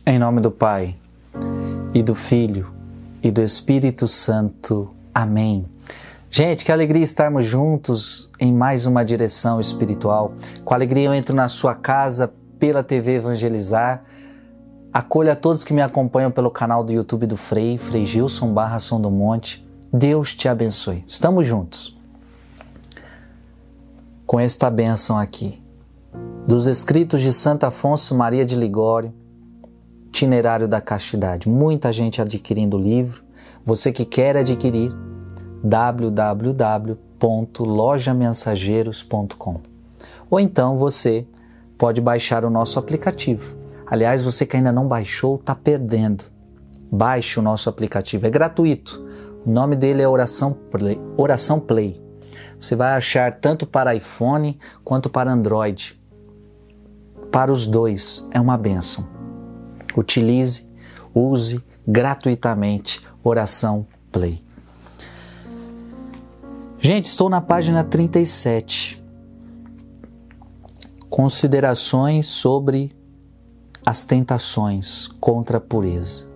Em nome do Pai, e do Filho, e do Espírito Santo. Amém. Gente, que alegria estarmos juntos em mais uma direção espiritual. Com alegria eu entro na sua casa pela TV Evangelizar. Acolho a todos que me acompanham pelo canal do YouTube do Frei Gilson / Som do Monte. Deus te abençoe. Estamos juntos com esta bênção aqui, dos escritos de Santo Afonso Maria de Ligório, Itinerário da Castidade. Muita gente adquirindo o livro. Você que quer adquirir, www.lojamensageiros.com. Ou então você pode baixar o nosso aplicativo. Aliás, você que ainda não baixou, está perdendo. Baixe o nosso aplicativo, é gratuito. O nome dele é Oração Play. Você vai achar tanto para iPhone quanto para Android. Para os dois, é uma bênção. Utilize, use gratuitamente Oração Play. Gente, estou na página 37. Considerações sobre as tentações contra a pureza.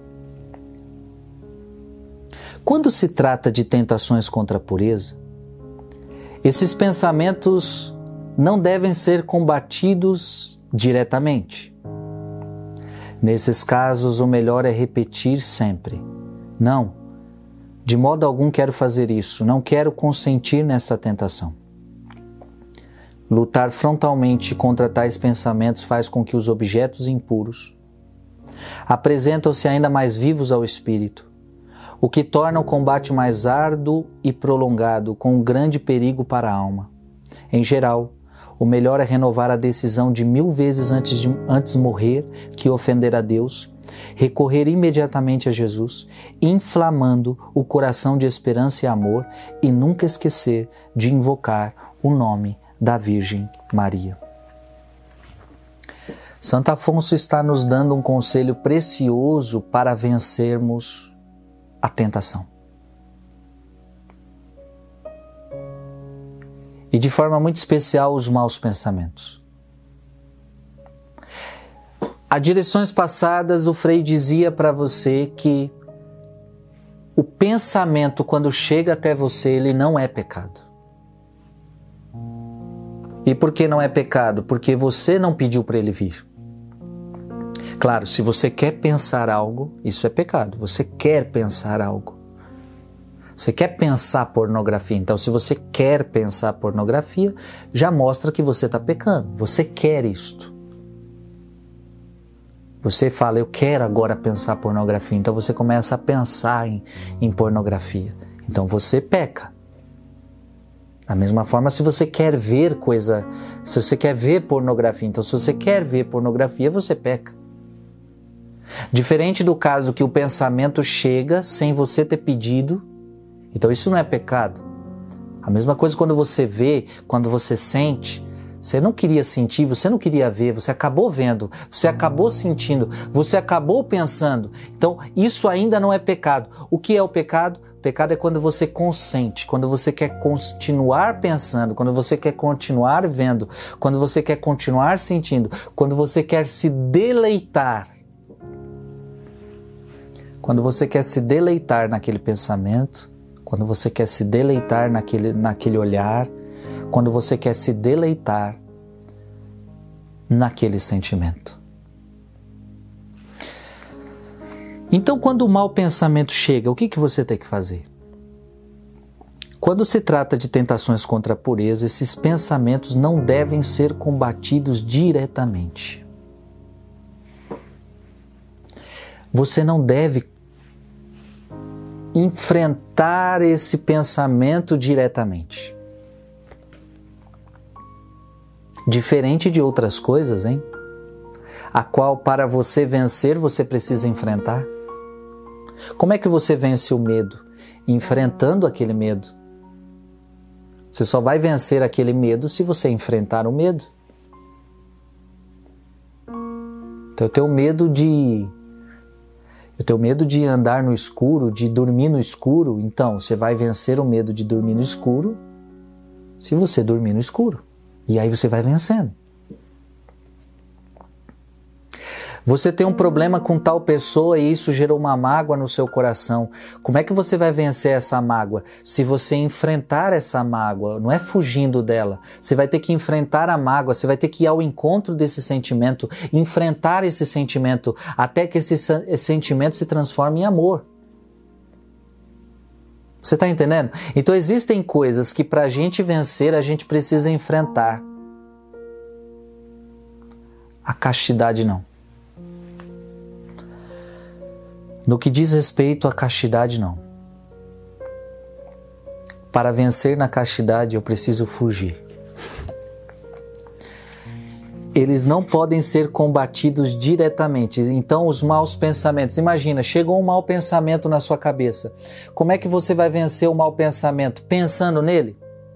Quando se trata de tentações contra a pureza, esses pensamentos não devem ser combatidos diretamente. Nesses casos, o melhor é repetir sempre: não, de modo algum quero fazer isso, não quero consentir nessa tentação. Lutar frontalmente contra tais pensamentos faz com que os objetos impuros apresentam-se ainda mais vivos ao espírito, o que torna o combate mais árduo e prolongado, com um grande perigo para a alma. Em geral, o melhor é renovar a decisão de 1000 vezes antes morrer que ofender a Deus, recorrer imediatamente a Jesus, inflamando o coração de esperança e amor, e nunca esquecer de invocar o nome da Virgem Maria. Santo Afonso está nos dando um conselho precioso para vencermos a tentação. E de forma muito especial os maus pensamentos. Há direções passadas o Frei dizia para você que o pensamento, quando chega até você, ele não é pecado. E por que não é pecado? Porque você não pediu para ele vir. Claro, se você quer pensar algo, isso é pecado. Você quer pensar algo. Você quer pensar pornografia. Então, se você quer pensar pornografia, já mostra que você está pecando. Você quer isto. Você fala, eu quero agora pensar pornografia. Então, você começa a pensar em pornografia. Então, você peca. Da mesma forma, se você quer ver se você quer ver pornografia, então se você quer ver pornografia, você peca. Diferente do caso que o pensamento chega sem você ter pedido, então isso não é pecado. A mesma coisa quando você vê, quando você sente, você não queria sentir, você não queria ver, você acabou vendo, você acabou sentindo, você acabou pensando. Então isso ainda não é pecado. O que é o pecado? O pecado é quando você consente, quando você quer continuar pensando, quando você quer continuar vendo, quando você quer continuar sentindo, quando você quer se deleitar. Quando você quer se deleitar naquele pensamento, quando você quer se deleitar naquele olhar, quando você quer se deleitar naquele sentimento. Então, quando o mau pensamento chega, o que você tem que fazer? Quando se trata de tentações contra a pureza, esses pensamentos não devem ser combatidos diretamente. Você não deve enfrentar esse pensamento diretamente. Diferente de outras coisas, hein? A qual, para você vencer, você precisa enfrentar. Como é que você vence o medo? Enfrentando aquele medo. Você só vai vencer aquele medo se você enfrentar o medo. Então eu tenho medo de andar no escuro, de dormir no escuro. Então você vai vencer o medo de dormir no escuro se você dormir no escuro. E aí você vai vencendo. Você tem um problema com tal pessoa e isso gerou uma mágoa no seu coração. Como é que você vai vencer essa mágoa? Se você enfrentar essa mágoa, não é fugindo dela. Você vai ter que enfrentar a mágoa, você vai ter que ir ao encontro desse sentimento, enfrentar esse sentimento, até que esse sentimento se transforme em amor. Você está entendendo? Então existem coisas que para a gente vencer, a gente precisa enfrentar. A castidade não. No que diz respeito à castidade, não. Para vencer na castidade, eu preciso fugir. Eles não podem ser combatidos diretamente. Então, os maus pensamentos. Imagina, chegou um mau pensamento na sua cabeça. Como é que você vai vencer o mau pensamento? Pensando nele?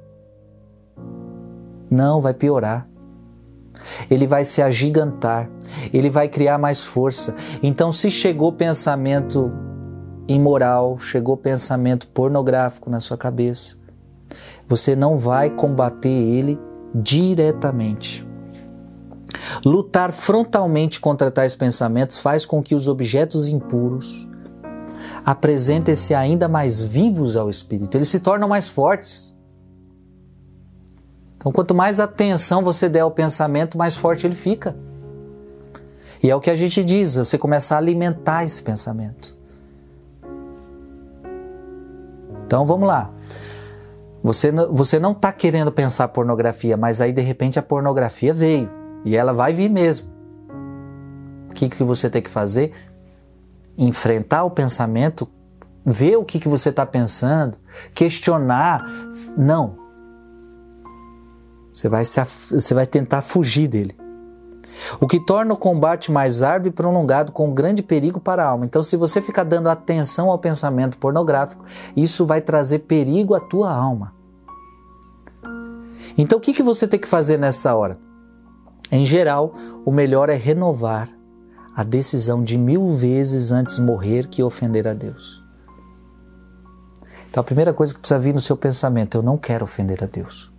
Não, vai piorar. Ele vai se agigantar, ele vai criar mais força. Então, se chegou pensamento imoral, chegou pensamento pornográfico na sua cabeça, você não vai combater ele diretamente. Lutar frontalmente contra tais pensamentos faz com que os objetos impuros apresentem-se ainda mais vivos ao espírito, eles se tornam mais fortes. Então, quanto mais atenção você der ao pensamento, mais forte ele fica. E é o que a gente diz, você começa a alimentar esse pensamento. Então, vamos lá. Você não está querendo pensar pornografia, mas aí, de repente, a pornografia veio. E ela vai vir mesmo. O que você tem que fazer? Enfrentar o pensamento, ver o que você está pensando, questionar. Não. Você vai tentar fugir dele. O que torna o combate mais árduo e prolongado com grande perigo para a alma. Então, se você ficar dando atenção ao pensamento pornográfico, isso vai trazer perigo à tua alma. Então, o que você tem que fazer nessa hora? Em geral, o melhor é renovar a decisão de 1000 vezes antes morrer que ofender a Deus. Então, a primeira coisa que precisa vir no seu pensamento, eu não quero ofender a Deus.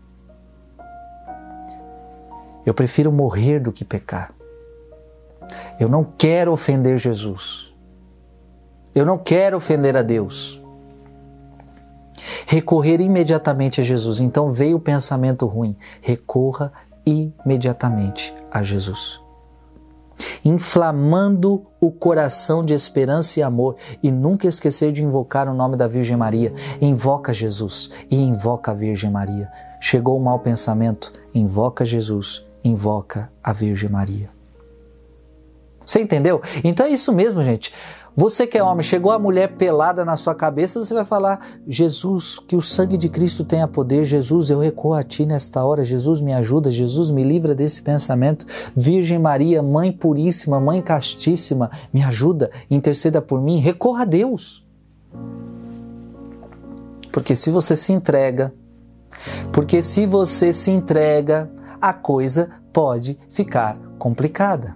Eu prefiro morrer do que pecar. Eu não quero ofender Jesus. Eu não quero ofender a Deus. Recorrer imediatamente a Jesus. Então veio o pensamento ruim. Recorra imediatamente a Jesus. Inflamando o coração de esperança e amor. E nunca esquecer de invocar o nome da Virgem Maria. Invoca Jesus e invoca a Virgem Maria. Chegou o mau pensamento, invoca Jesus. Invoca a Virgem Maria. Você entendeu? Então é isso mesmo, gente. Você que é homem, chegou a mulher pelada na sua cabeça, você vai falar: Jesus, que o sangue de Cristo tenha poder. Jesus, eu recorro a Ti nesta hora. Jesus, me ajuda. Jesus, me livra desse pensamento. Virgem Maria, Mãe puríssima, Mãe castíssima, me ajuda, interceda por mim. Recorra a Deus. Porque se você se entrega, a coisa pode ficar complicada.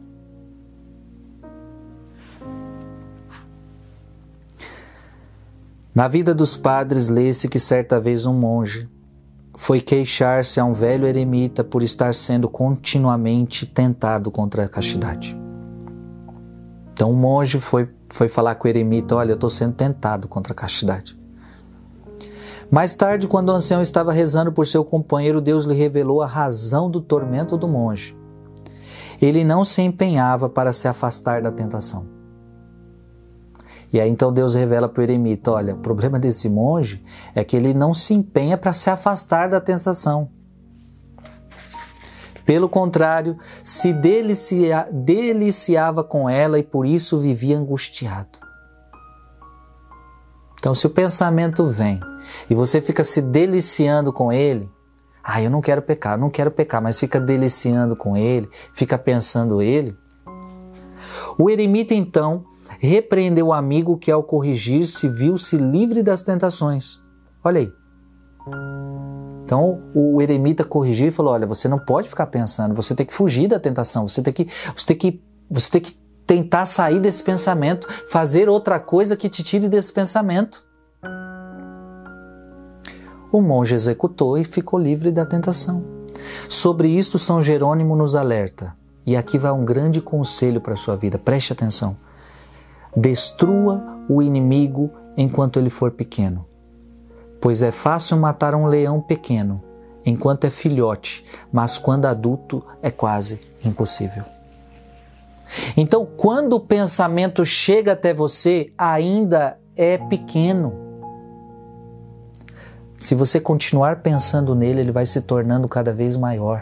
Na vida dos padres, lê-se que certa vez um monge foi queixar-se a um velho eremita por estar sendo continuamente tentado contra a castidade. Então o monge foi falar com o eremita: olha, eu estou sendo tentado contra a castidade. Mais tarde, quando o ancião estava rezando por seu companheiro, Deus lhe revelou a razão do tormento do monge. Ele não se empenhava para se afastar da tentação. E aí então Deus revela para o eremita: olha, o problema desse monge é que ele não se empenha para se afastar da tentação. Pelo contrário, se deliciava com ela e por isso vivia angustiado. Então, se o pensamento vem e você fica se deliciando com ele, eu não quero pecar, mas fica deliciando com ele, fica pensando ele. O eremita, então, repreendeu o amigo que, ao corrigir-se, viu-se livre das tentações. Olha aí. Então, o eremita corrigiu e falou: olha, você não pode ficar pensando, você tem que fugir da tentação, você tem que tentar sair desse pensamento, fazer outra coisa que te tire desse pensamento. O monge executou e ficou livre da tentação. Sobre isto, São Jerônimo nos alerta: E aqui vai um grande conselho para a sua vida, preste atenção. Destrua o inimigo enquanto ele for pequeno, pois é fácil matar um leão pequeno, enquanto é filhote, mas quando adulto é quase impossível. Então, quando o pensamento chega até você, ainda é pequeno. Se você continuar pensando nele, ele vai se tornando cada vez maior.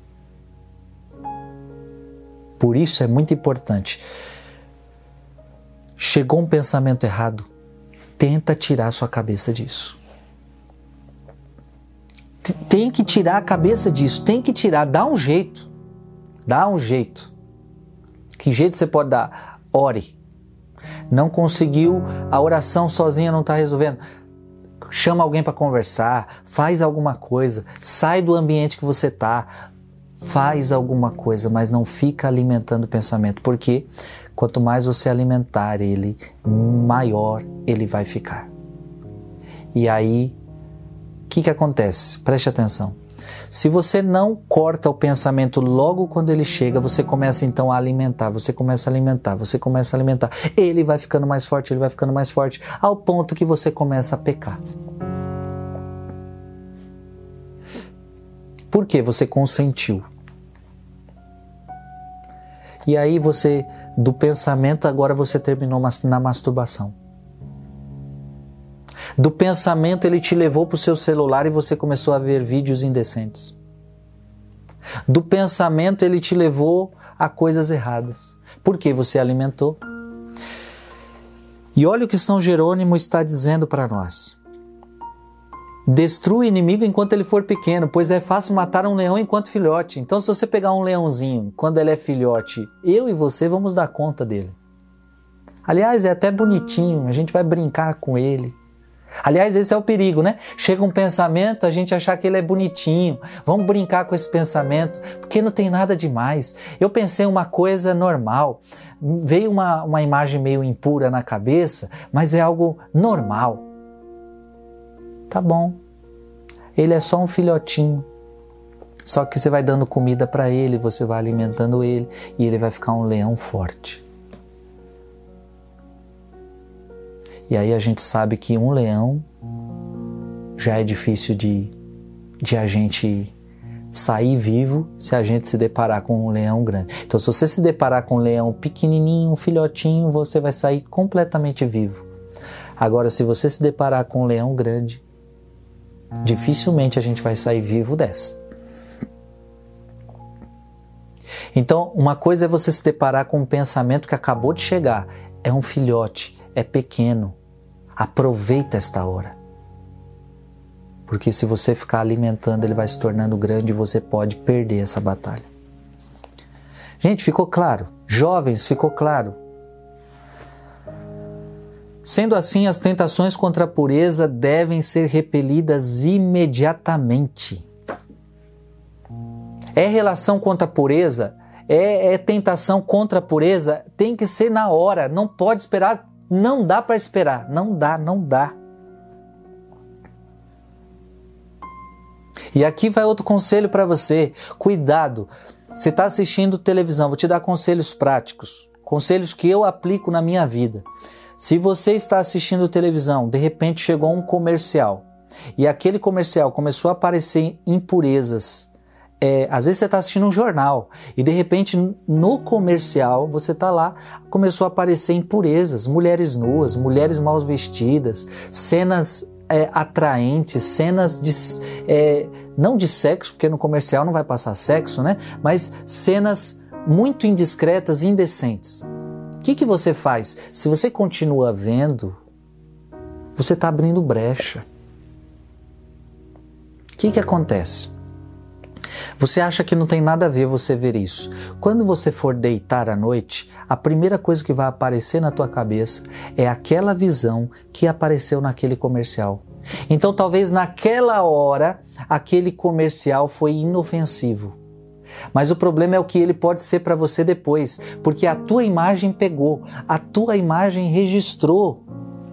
Por isso é muito importante. Chegou um pensamento errado, tenta tirar sua cabeça disso. Tem que tirar a cabeça disso, tem que tirar, dá um jeito. Dá um jeito. Que jeito você pode dar? Ore. Não conseguiu, a oração sozinha não está resolvendo. Chama alguém para conversar, faz alguma coisa, sai do ambiente que você está, faz alguma coisa, mas não fica alimentando o pensamento, porque quanto mais você alimentar ele, maior ele vai ficar. E aí, o que acontece? Preste atenção. Se você não corta o pensamento logo quando ele chega, você começa então a alimentar, você começa a alimentar, você começa a alimentar. Ele vai ficando mais forte, ele vai ficando mais forte, ao ponto que você começa a pecar. Por quê? Você consentiu. E aí você, do pensamento, agora você terminou na masturbação. Do pensamento ele te levou para o seu celular e você começou a ver vídeos indecentes. Do pensamento ele te levou a coisas erradas. Por que você alimentou? E olha o que São Jerônimo está dizendo para nós. Destrua o inimigo enquanto ele for pequeno, pois é fácil matar um leão enquanto filhote. Então se você pegar um leãozinho, quando ele é filhote, eu e você vamos dar conta dele. Aliás, é até bonitinho, a gente vai brincar com ele. Aliás, esse é o perigo, né? Chega um pensamento, a gente achar que ele é bonitinho. Vamos brincar com esse pensamento, porque não tem nada demais. Eu pensei uma coisa normal. Veio uma imagem meio impura na cabeça, mas é algo normal. Tá bom. Ele é só um filhotinho. Só que você vai dando comida para ele, você vai alimentando ele e ele vai ficar um leão forte. E aí a gente sabe que um leão já é difícil de a gente sair vivo se a gente se deparar com um leão grande. Então se você se deparar com um leão pequenininho, um filhotinho, você vai sair completamente vivo. Agora se você se deparar com um leão grande, dificilmente a gente vai sair vivo dessa. Então uma coisa é você se deparar com um pensamento que acabou de chegar, é um filhote. É pequeno, aproveita esta hora. Porque se você ficar alimentando, ele vai se tornando grande e você pode perder essa batalha. Gente, ficou claro? Jovens, ficou claro? Sendo assim, as tentações contra a pureza devem ser repelidas imediatamente. É relação contra a pureza? É tentação contra a pureza? Tem que ser na hora, não pode esperar. Não dá para esperar, não dá. E aqui vai outro conselho para você. Cuidado, você está assistindo televisão, vou te dar conselhos práticos, conselhos que eu aplico na minha vida. Se você está assistindo televisão, de repente chegou um comercial e aquele comercial começou a aparecer impurezas. Às vezes você está assistindo um jornal e de repente no comercial você está lá, começou a aparecer impurezas, mulheres nuas, mulheres mal vestidas, cenas atraentes, cenas não de sexo, porque no comercial não vai passar sexo, né? Mas cenas muito indiscretas e indecentes. O que você faz? Se você continua vendo, você está abrindo brecha. O que acontece? Você acha que não tem nada a ver você ver isso. Quando você for deitar à noite, a primeira coisa que vai aparecer na tua cabeça é aquela visão que apareceu naquele comercial. Então talvez naquela hora aquele comercial foi inofensivo. Mas o problema é o que ele pode ser para você depois, porque a tua imagem pegou, a tua imagem registrou.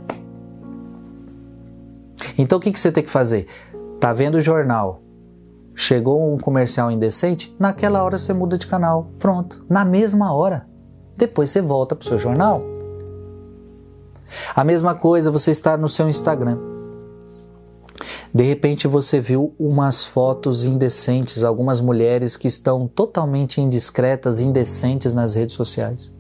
Então o que você tem que fazer? Tá vendo o jornal? Chegou um comercial indecente, naquela hora você muda de canal. Pronto, na mesma hora. Depois você volta para o seu jornal. A mesma coisa, você está no seu Instagram. De repente você viu umas fotos indecentes, algumas mulheres que estão totalmente indiscretas, indecentes nas redes sociais.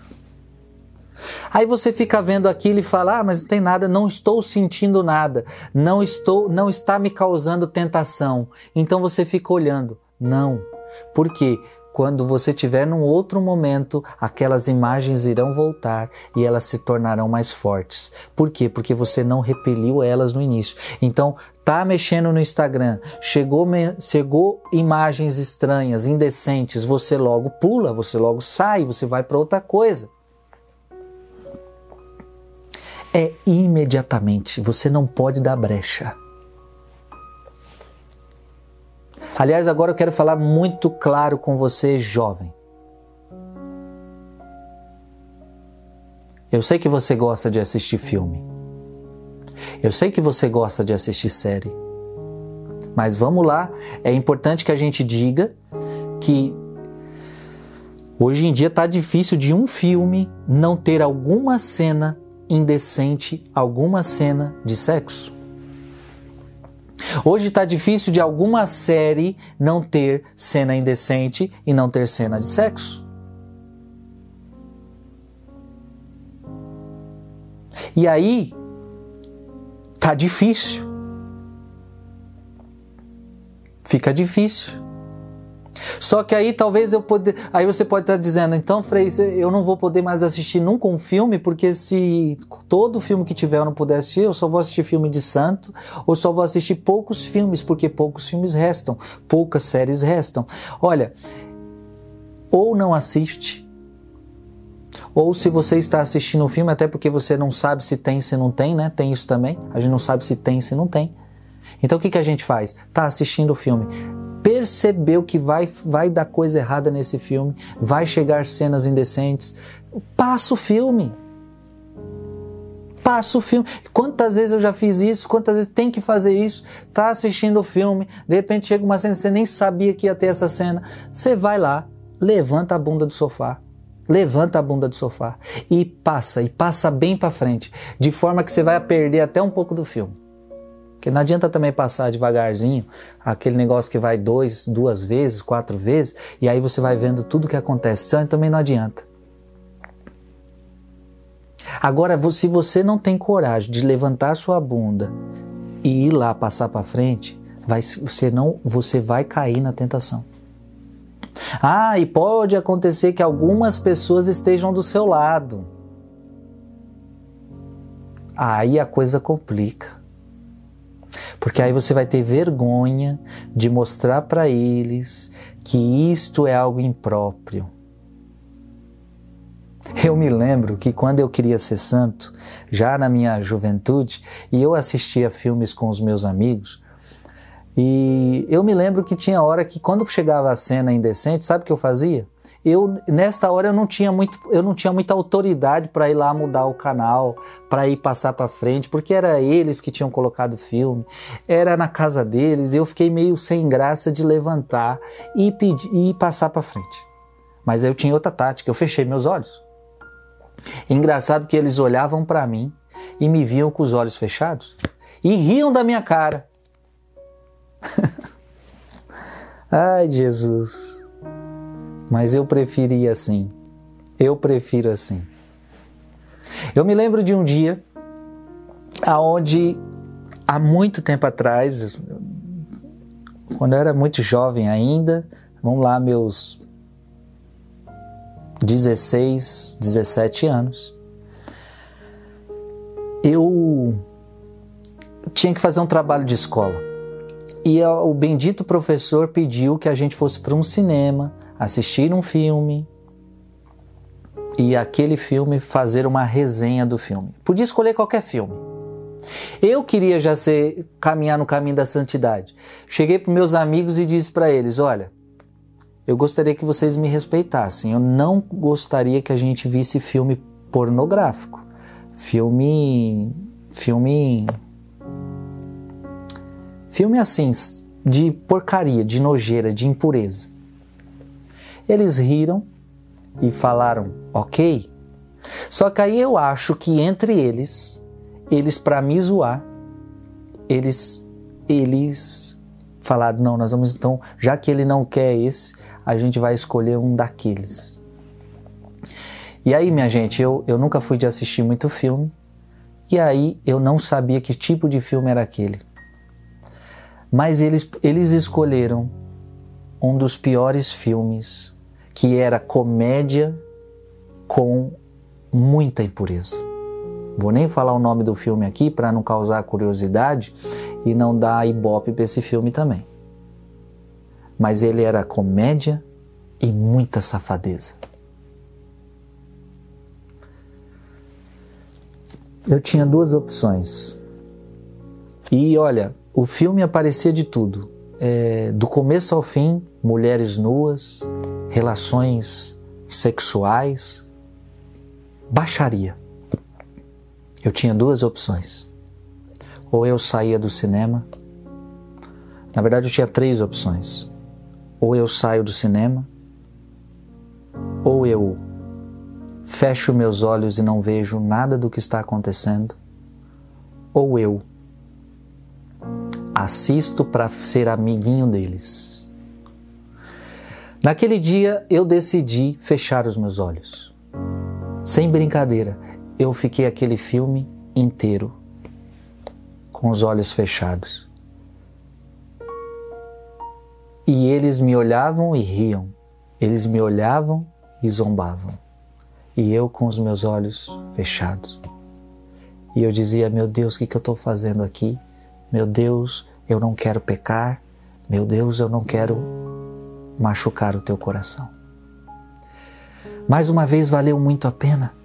Aí você fica vendo aquilo e fala, mas não tem nada, não estou sentindo nada, não está me causando tentação. Então você fica olhando. Não. Por quê? Quando você estiver num outro momento, aquelas imagens irão voltar e elas se tornarão mais fortes. Por quê? Porque você não repeliu elas no início. Então, tá mexendo no Instagram, chegou imagens estranhas, indecentes, você logo pula, você logo sai, você vai para outra coisa. É imediatamente, você não pode dar brecha. Aliás, agora eu quero falar muito claro com você, jovem. Eu sei que você gosta de assistir filme. Eu sei que você gosta de assistir série. Mas vamos lá, é importante que a gente diga que hoje em dia está difícil de um filme não ter alguma cena indecente, alguma cena de sexo. Hoje está difícil de alguma série não ter cena indecente e não ter cena de sexo. E aí, tá difícil. Fica difícil. Só que aí talvez aí você pode estar dizendo, então Frei, eu não vou poder mais assistir nunca um filme, porque se todo filme que tiver eu não puder assistir, eu só vou assistir filme de santo, ou só vou assistir poucos filmes, porque poucos filmes restam, poucas séries restam. Olha, ou não assiste, ou se você está assistindo um filme, até porque você não sabe se tem, se não tem, né? Tem isso também, a gente não sabe se tem, se não tem. Então o que a gente faz? Está assistindo o filme, percebeu que vai dar coisa errada nesse filme, vai chegar cenas indecentes, passa o filme. Passa o filme. Quantas vezes eu já fiz isso, quantas vezes tem que fazer isso, tá assistindo o filme, de repente chega uma cena, você nem sabia que ia ter essa cena, você vai lá, levanta a bunda do sofá, e passa bem para frente, de forma que você vai perder até um pouco do filme. Porque não adianta também passar devagarzinho, aquele negócio que vai 2 vezes, 4 vezes, e aí você vai vendo tudo o que acontece. Então também não adianta. Agora, se você não tem coragem de levantar sua bunda e ir lá passar para frente, você vai cair na tentação. E pode acontecer que algumas pessoas estejam do seu lado. Aí a coisa complica. Porque aí você vai ter vergonha de mostrar para eles que isto é algo impróprio. Eu me lembro que quando eu queria ser santo, já na minha juventude, e eu assistia filmes com os meus amigos, e eu me lembro que tinha hora que quando chegava a cena indecente, sabe o que eu fazia? Nesta hora eu não tinha muita autoridade para ir lá mudar o canal, para ir passar para frente, porque era eles que tinham colocado o filme, era na casa deles, eu fiquei meio sem graça de levantar e passar para frente. Mas eu tinha outra tática, eu fechei meus olhos. Engraçado que eles olhavam para mim e me viam com os olhos fechados e riam da minha cara. Ai, Jesus! Mas eu prefiro assim. Eu me lembro de um dia aonde, há muito tempo atrás, quando eu era muito jovem ainda, vamos lá, meus 16, 17 anos, eu tinha que fazer um trabalho de escola. E o bendito professor pediu que a gente fosse para um cinema, assistir um filme e aquele filme fazer uma resenha do filme. Podia escolher qualquer filme. Eu queria já caminhar no caminho da santidade. Cheguei para meus amigos e disse para eles, olha, eu gostaria que vocês me respeitassem. Eu não gostaria que a gente visse filme pornográfico. Filme assim, de porcaria, de nojeira, de impureza. Eles riram e falaram, ok. Só que aí eu acho que entre eles para me zoar, eles falaram, não, nós vamos então, já que ele não quer esse, a gente vai escolher um daqueles. E aí, minha gente, eu nunca fui de assistir muito filme, e aí eu não sabia que tipo de filme era aquele. Mas eles escolheram um dos piores filmes, que era comédia com muita impureza. Vou nem falar o nome do filme aqui para não causar curiosidade e não dar ibope para esse filme também. Mas ele era comédia e muita safadeza. Eu tinha duas opções. E olha, o filme aparecia de tudo. Do começo ao fim, mulheres nuas, relações sexuais, baixaria. Eu tinha duas opções. Ou eu saía do cinema. Na verdade, eu tinha três opções. Ou eu saio do cinema, ou eu fecho meus olhos e não vejo nada do que está acontecendo, ou eu assisto para ser amiguinho deles. Naquele dia, eu decidi fechar os meus olhos. Sem brincadeira, eu fiquei aquele filme inteiro com os olhos fechados. E eles me olhavam e riam. Eles me olhavam e zombavam. E eu com os meus olhos fechados. E eu dizia, meu Deus, o que eu estou fazendo aqui? Meu Deus, eu não quero pecar. Meu Deus, eu não quero machucar o teu coração. Mais uma vez, valeu muito a pena.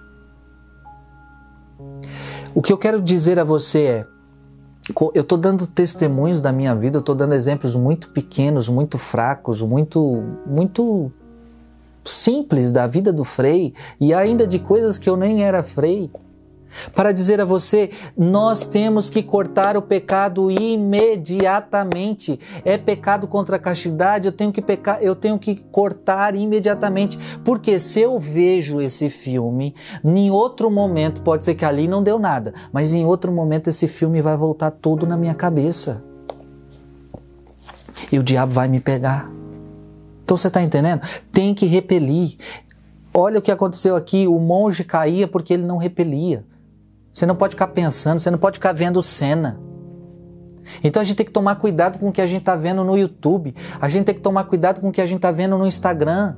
O que eu quero dizer a você é, eu estou dando testemunhos da minha vida, eu estou dando exemplos muito pequenos, muito fracos, muito simples da vida do Frei e ainda de coisas que eu nem era Frei, para dizer a você, nós temos que cortar o pecado imediatamente. É pecado contra a castidade, eu tenho que cortar imediatamente, porque se eu vejo esse filme, em outro momento, pode ser que ali não deu nada, mas em outro momento esse filme vai voltar todo na minha cabeça. E o diabo vai me pegar. Então você está entendendo? Tem que repelir. Olha o que aconteceu aqui, o monge caía porque ele não repelia. Você não pode ficar pensando, você não pode ficar vendo cena. Então a gente tem que tomar cuidado com o que a gente está vendo no YouTube. A gente tem que tomar cuidado com o que a gente está vendo no Instagram.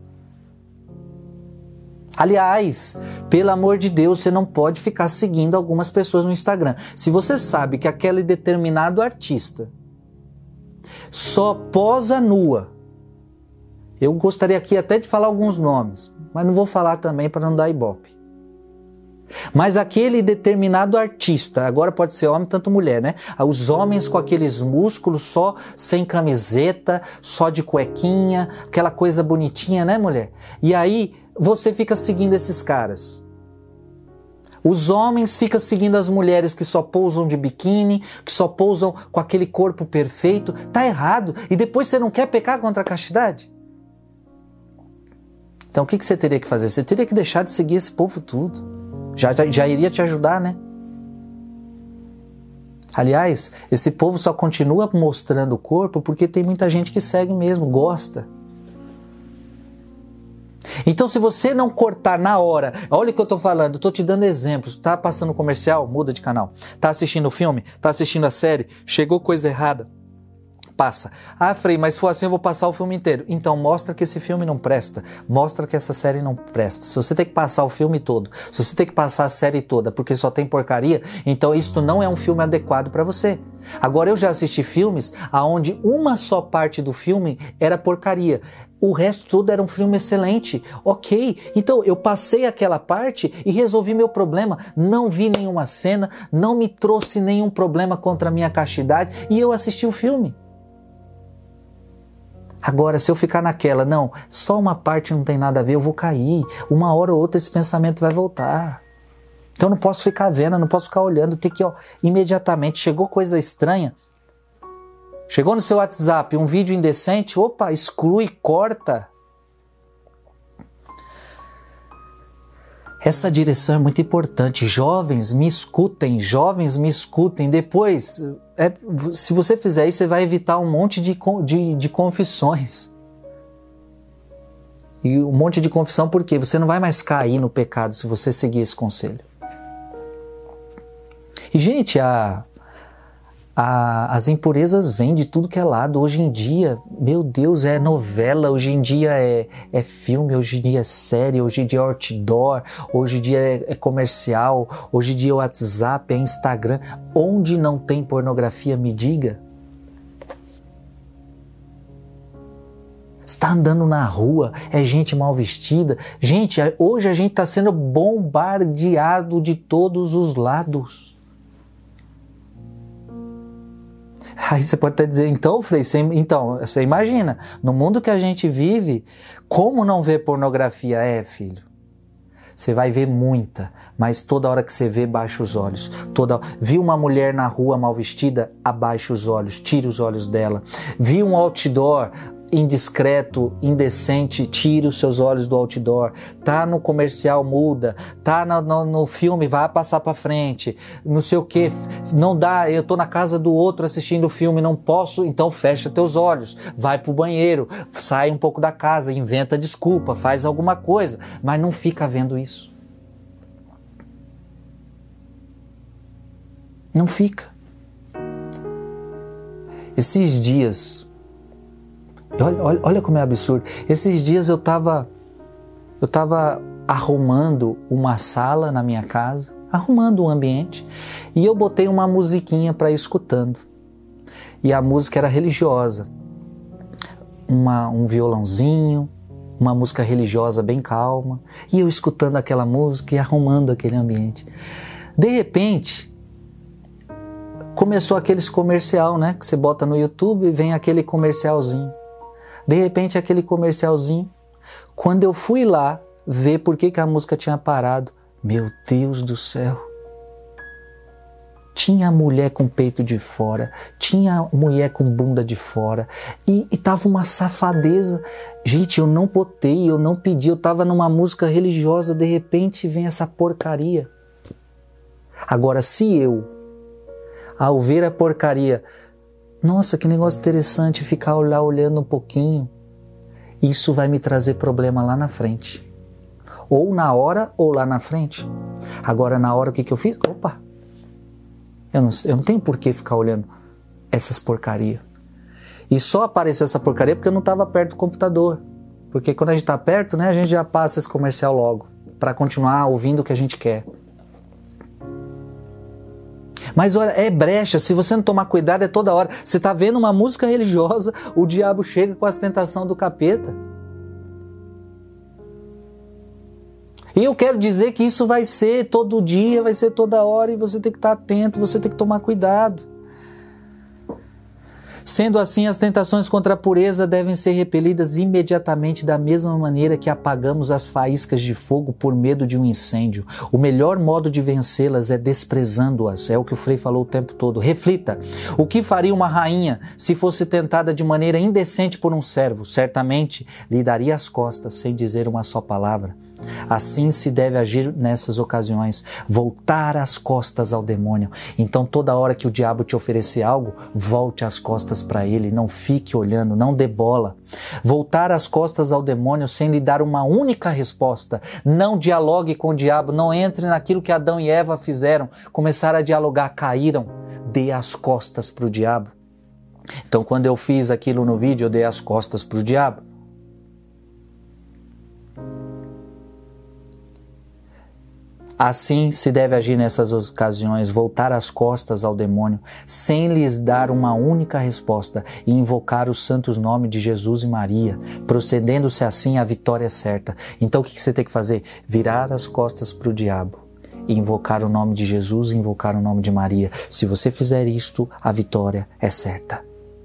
Aliás, pelo amor de Deus, você não pode ficar seguindo algumas pessoas no Instagram. Se você sabe que aquele determinado artista só posa nua, eu gostaria aqui até de falar alguns nomes, mas não vou falar também para não dar ibope. Mas aquele determinado artista, agora pode ser homem, tanto mulher, né? Os homens com aqueles músculos só, sem camiseta, só de cuequinha, aquela coisa bonitinha, né, mulher? E aí você fica seguindo esses caras. Os homens ficam seguindo as mulheres que só pousam de biquíni, que só pousam com aquele corpo perfeito. Tá errado. E depois você não quer pecar contra a castidade? Então o que você teria que fazer? Você teria que deixar de seguir esse povo tudo. Já iria te ajudar, né? Aliás, esse povo só continua mostrando o corpo porque tem muita gente que segue mesmo, gosta. Então se você não cortar na hora, olha o que eu estou falando, estou te dando exemplos, tá passando comercial, muda de canal, tá assistindo o filme, tá assistindo a série, chegou coisa errada, passa. Ah, Frei, mas se for assim eu vou passar o filme inteiro. Então mostra que esse filme não presta, mostra que essa série não presta. Se você tem que passar o filme todo, se você tem que passar a série toda porque só tem porcaria, então isto não é um filme adequado para você. Agora eu já assisti filmes onde uma só parte do filme era porcaria, o resto tudo era um filme excelente. Ok, então eu passei aquela parte e resolvi meu problema, não vi nenhuma cena, não me trouxe nenhum problema contra a minha castidade e eu assisti o filme. Agora, se eu ficar naquela, não, só uma parte não tem nada a ver, eu vou cair. Uma hora ou outra esse pensamento vai voltar. Então eu não posso ficar vendo, eu não posso ficar olhando, tem que, imediatamente, chegou coisa estranha, Chegou no seu WhatsApp um vídeo indecente, opa, exclui, corta. Essa direção é muito importante. Jovens, me escutem. Depois, se você fizer isso, você vai evitar um monte de confissões. E um monte de confissão por quê? Você não vai mais cair no pecado se você seguir esse conselho. E, gente, as impurezas vêm de tudo que é lado. Hoje em dia, meu Deus, é novela, hoje em dia é filme, hoje em dia é série, hoje em dia é outdoor, hoje em dia é comercial, hoje em dia é WhatsApp, é Instagram. Onde não tem pornografia, me diga. Está andando na rua, é gente mal vestida. Gente, hoje a gente está sendo bombardeado de todos os lados. Aí você pode até dizer, então, Frei, você imagina, no mundo que a gente vive, como não ver pornografia? Filho, você vai ver muita, mas toda hora que você vê, baixa os olhos. Viu uma mulher na rua mal vestida? Abaixa os olhos, tira os olhos dela. Viu um outdoor indiscreto, indecente, tire os seus olhos do outdoor. Tá no comercial, muda. Tá no filme, vai passar pra frente. Não sei o que, não dá, eu tô na casa do outro assistindo o filme, não posso, então fecha teus olhos, vai pro banheiro, sai um pouco da casa, inventa desculpa, faz alguma coisa, mas não fica vendo isso. Não fica. Esses dias, olha como é absurdo. Esses dias eu estava arrumando uma sala na minha casa, arrumando um ambiente, e eu botei uma musiquinha para ir escutando. E a música era religiosa. Um violãozinho, uma música religiosa bem calma, e eu escutando aquela música e arrumando aquele ambiente. De repente, começou aqueles comercial, né? Que você bota no YouTube e vem aquele comercialzinho. De repente, aquele comercialzinho, quando eu fui lá ver por que a música tinha parado, meu Deus do céu, tinha mulher com peito de fora, tinha mulher com bunda de fora, e tava uma safadeza. Gente, eu não botei, eu não pedi, eu tava numa música religiosa, de repente vem essa porcaria. Agora, se eu, ao ver a porcaria, nossa, que negócio interessante, ficar lá olhando um pouquinho, isso vai me trazer problema lá na frente. Ou na hora, ou lá na frente. Agora, na hora, o que eu fiz? Opa! Eu não tenho por que ficar olhando essas porcarias. E só apareceu essa porcaria porque eu não estava perto do computador. Porque quando a gente está perto, né, a gente já passa esse comercial logo, para continuar ouvindo o que a gente quer. Mas olha, é brecha, se você não tomar cuidado é toda hora. Você está vendo uma música religiosa, o diabo chega com as tentações do capeta. E eu quero dizer que isso vai ser todo dia, vai ser toda hora, e você tem que estar atento, você tem que tomar cuidado. Sendo assim, as tentações contra a pureza devem ser repelidas imediatamente da mesma maneira que apagamos as faíscas de fogo por medo de um incêndio. O melhor modo de vencê-las é desprezando-as, é o que o Frei falou o tempo todo. Reflita, o que faria uma rainha se fosse tentada de maneira indecente por um servo? Certamente lhe daria as costas sem dizer uma só palavra. Assim se deve agir nessas ocasiões, voltar as costas ao demônio. Então toda hora que o diabo te oferecer algo, volte as costas para ele, não fique olhando, não dê bola. Voltar as costas ao demônio sem lhe dar uma única resposta. Não dialogue com o diabo, não entre naquilo que Adão e Eva fizeram, começaram a dialogar, caíram, dê as costas para o diabo. Então quando eu fiz aquilo no vídeo, eu dei as costas para o diabo. Assim se deve agir nessas ocasiões, voltar as costas ao demônio, sem lhes dar uma única resposta, e invocar os santos nomes de Jesus e Maria, procedendo-se assim a vitória certa. Então o que você tem que fazer? Virar as costas para o diabo, e invocar o nome de Jesus e invocar o nome de Maria. Se você fizer isto, a vitória é certa.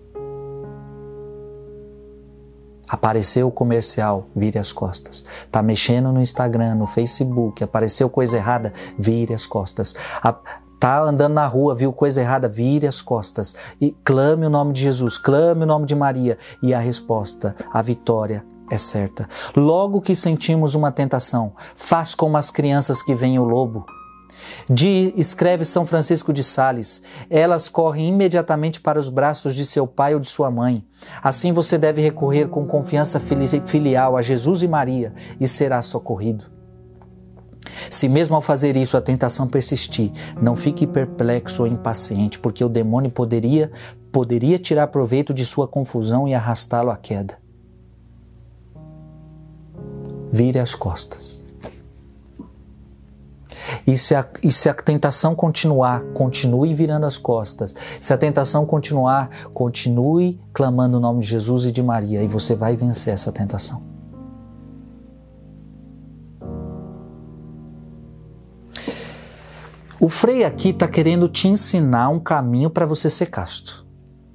Apareceu o comercial, vire as costas. Tá mexendo no Instagram, no Facebook, apareceu coisa errada, vire as costas. Tá andando na rua, viu coisa errada, vire as costas e clame o nome de Jesus, clame o nome de Maria, e a resposta, a vitória é certa. Logo que sentimos uma tentação, faz como as crianças que veem o lobo. Escreve São Francisco de Sales, elas correm imediatamente para os braços de seu pai ou de sua mãe. Assim você deve recorrer com confiança filial a Jesus e Maria e será socorrido. Se mesmo ao fazer isso a tentação persistir, não fique perplexo ou impaciente, porque o demônio poderia tirar proveito de sua confusão e arrastá-lo à queda. Vire as costas. E se a tentação continuar, continue virando as costas. Se a tentação continuar, continue clamando o nome de Jesus e de Maria, e você vai vencer essa tentação. O Frei aqui está querendo te ensinar um caminho para você ser casto.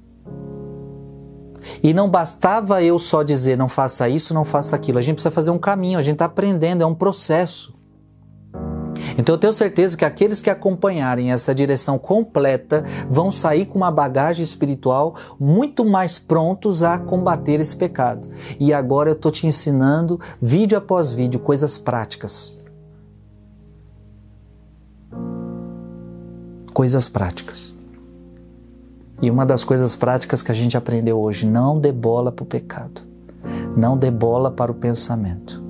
E não bastava eu só dizer não faça isso, não faça aquilo. A gente precisa fazer um caminho, a gente está aprendendo, é um processo. Então eu tenho certeza que aqueles que acompanharem essa direção completa vão sair com uma bagagem espiritual muito mais prontos a combater esse pecado. E agora eu estou te ensinando, vídeo após vídeo, coisas práticas. Coisas práticas. E uma das coisas práticas que a gente aprendeu hoje, não dê bola para o pecado. Não dê bola para o pensamento.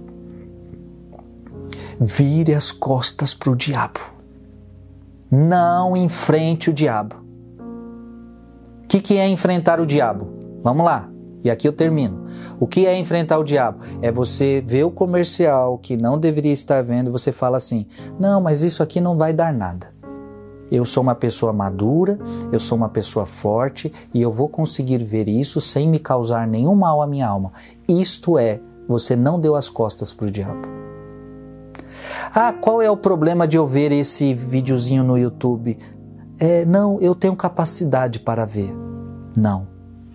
Vire as costas para o diabo. Não enfrente o diabo. O que é enfrentar o diabo? Vamos lá. E aqui eu termino. O que é enfrentar o diabo? É você ver o comercial que não deveria estar vendo e você fala assim, não, mas isso aqui não vai dar nada. Eu sou uma pessoa madura, eu sou uma pessoa forte e eu vou conseguir ver isso sem me causar nenhum mal à minha alma. Isto é, você não deu as costas para o diabo. Ah, qual é o problema de eu ver esse videozinho no YouTube? Não, eu tenho capacidade para ver. Não.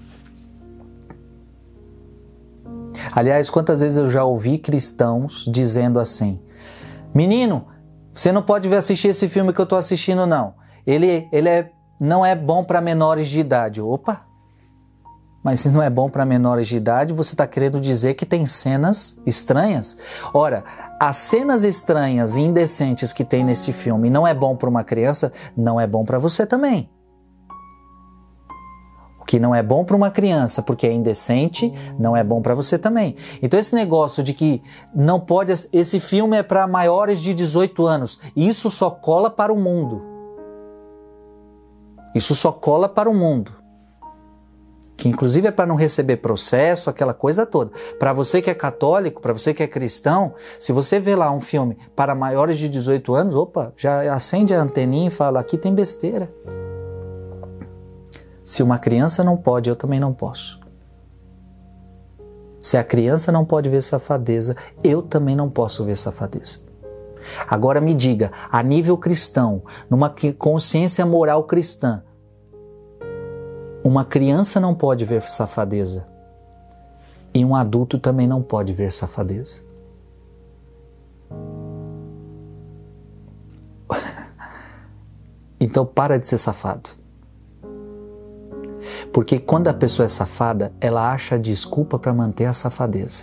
Aliás, quantas vezes eu já ouvi cristãos dizendo assim, menino, você não pode assistir esse filme que eu estou assistindo, não. Ele não é bom para menores de idade. Opa! Mas se não é bom para menores de idade, você está querendo dizer que tem cenas estranhas? Ora, as cenas estranhas e indecentes que tem nesse filme não é bom para uma criança, não é bom para você também. O que não é bom para uma criança porque é indecente, não é bom para você também. Então esse negócio de que não pode, esse filme é para maiores de 18 anos, isso só cola para o mundo. Isso só cola para o mundo. Que inclusive é para não receber processo, aquela coisa toda. Para você que é católico, para você que é cristão, se você vê lá um filme para maiores de 18 anos, opa, já acende a anteninha e fala, aqui tem besteira. Se uma criança não pode, eu também não posso. Se a criança não pode ver safadeza, eu também não posso ver safadeza. Agora me diga, a nível cristão, numa consciência moral cristã, uma criança não pode ver safadeza e um adulto também não pode ver safadeza. Então para de ser safado. Porque quando a pessoa é safada, ela acha desculpa para manter a safadeza.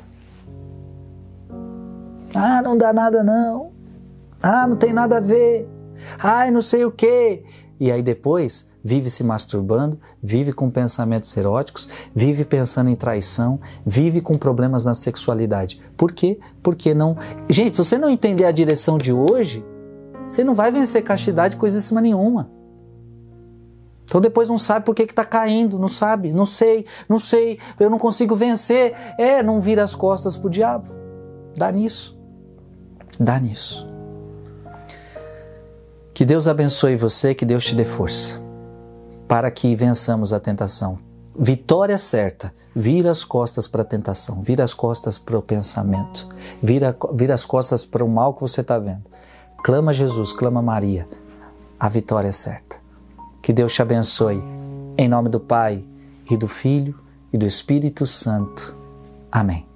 Ah, não dá nada não. Ah, não tem nada a ver. Ai, não sei o quê. E aí depois vive se masturbando, vive com pensamentos eróticos, vive pensando em traição, vive com problemas na sexualidade. Por quê? Porque não... Gente, se você não entender a direção de hoje, você não vai vencer castidade coisíssima nenhuma. Então depois não sabe por que está caindo, não sabe, não sei, eu não consigo vencer. Não vira as costas pro diabo. Dá nisso. Que Deus abençoe você, que Deus te dê força, para que vençamos a tentação. Vitória certa, vira as costas para a tentação, vira as costas para o pensamento, vira as costas para o mal que você está vendo. Clama Jesus, clama Maria, a vitória é certa. Que Deus te abençoe, em nome do Pai, e do Filho, e do Espírito Santo. Amém.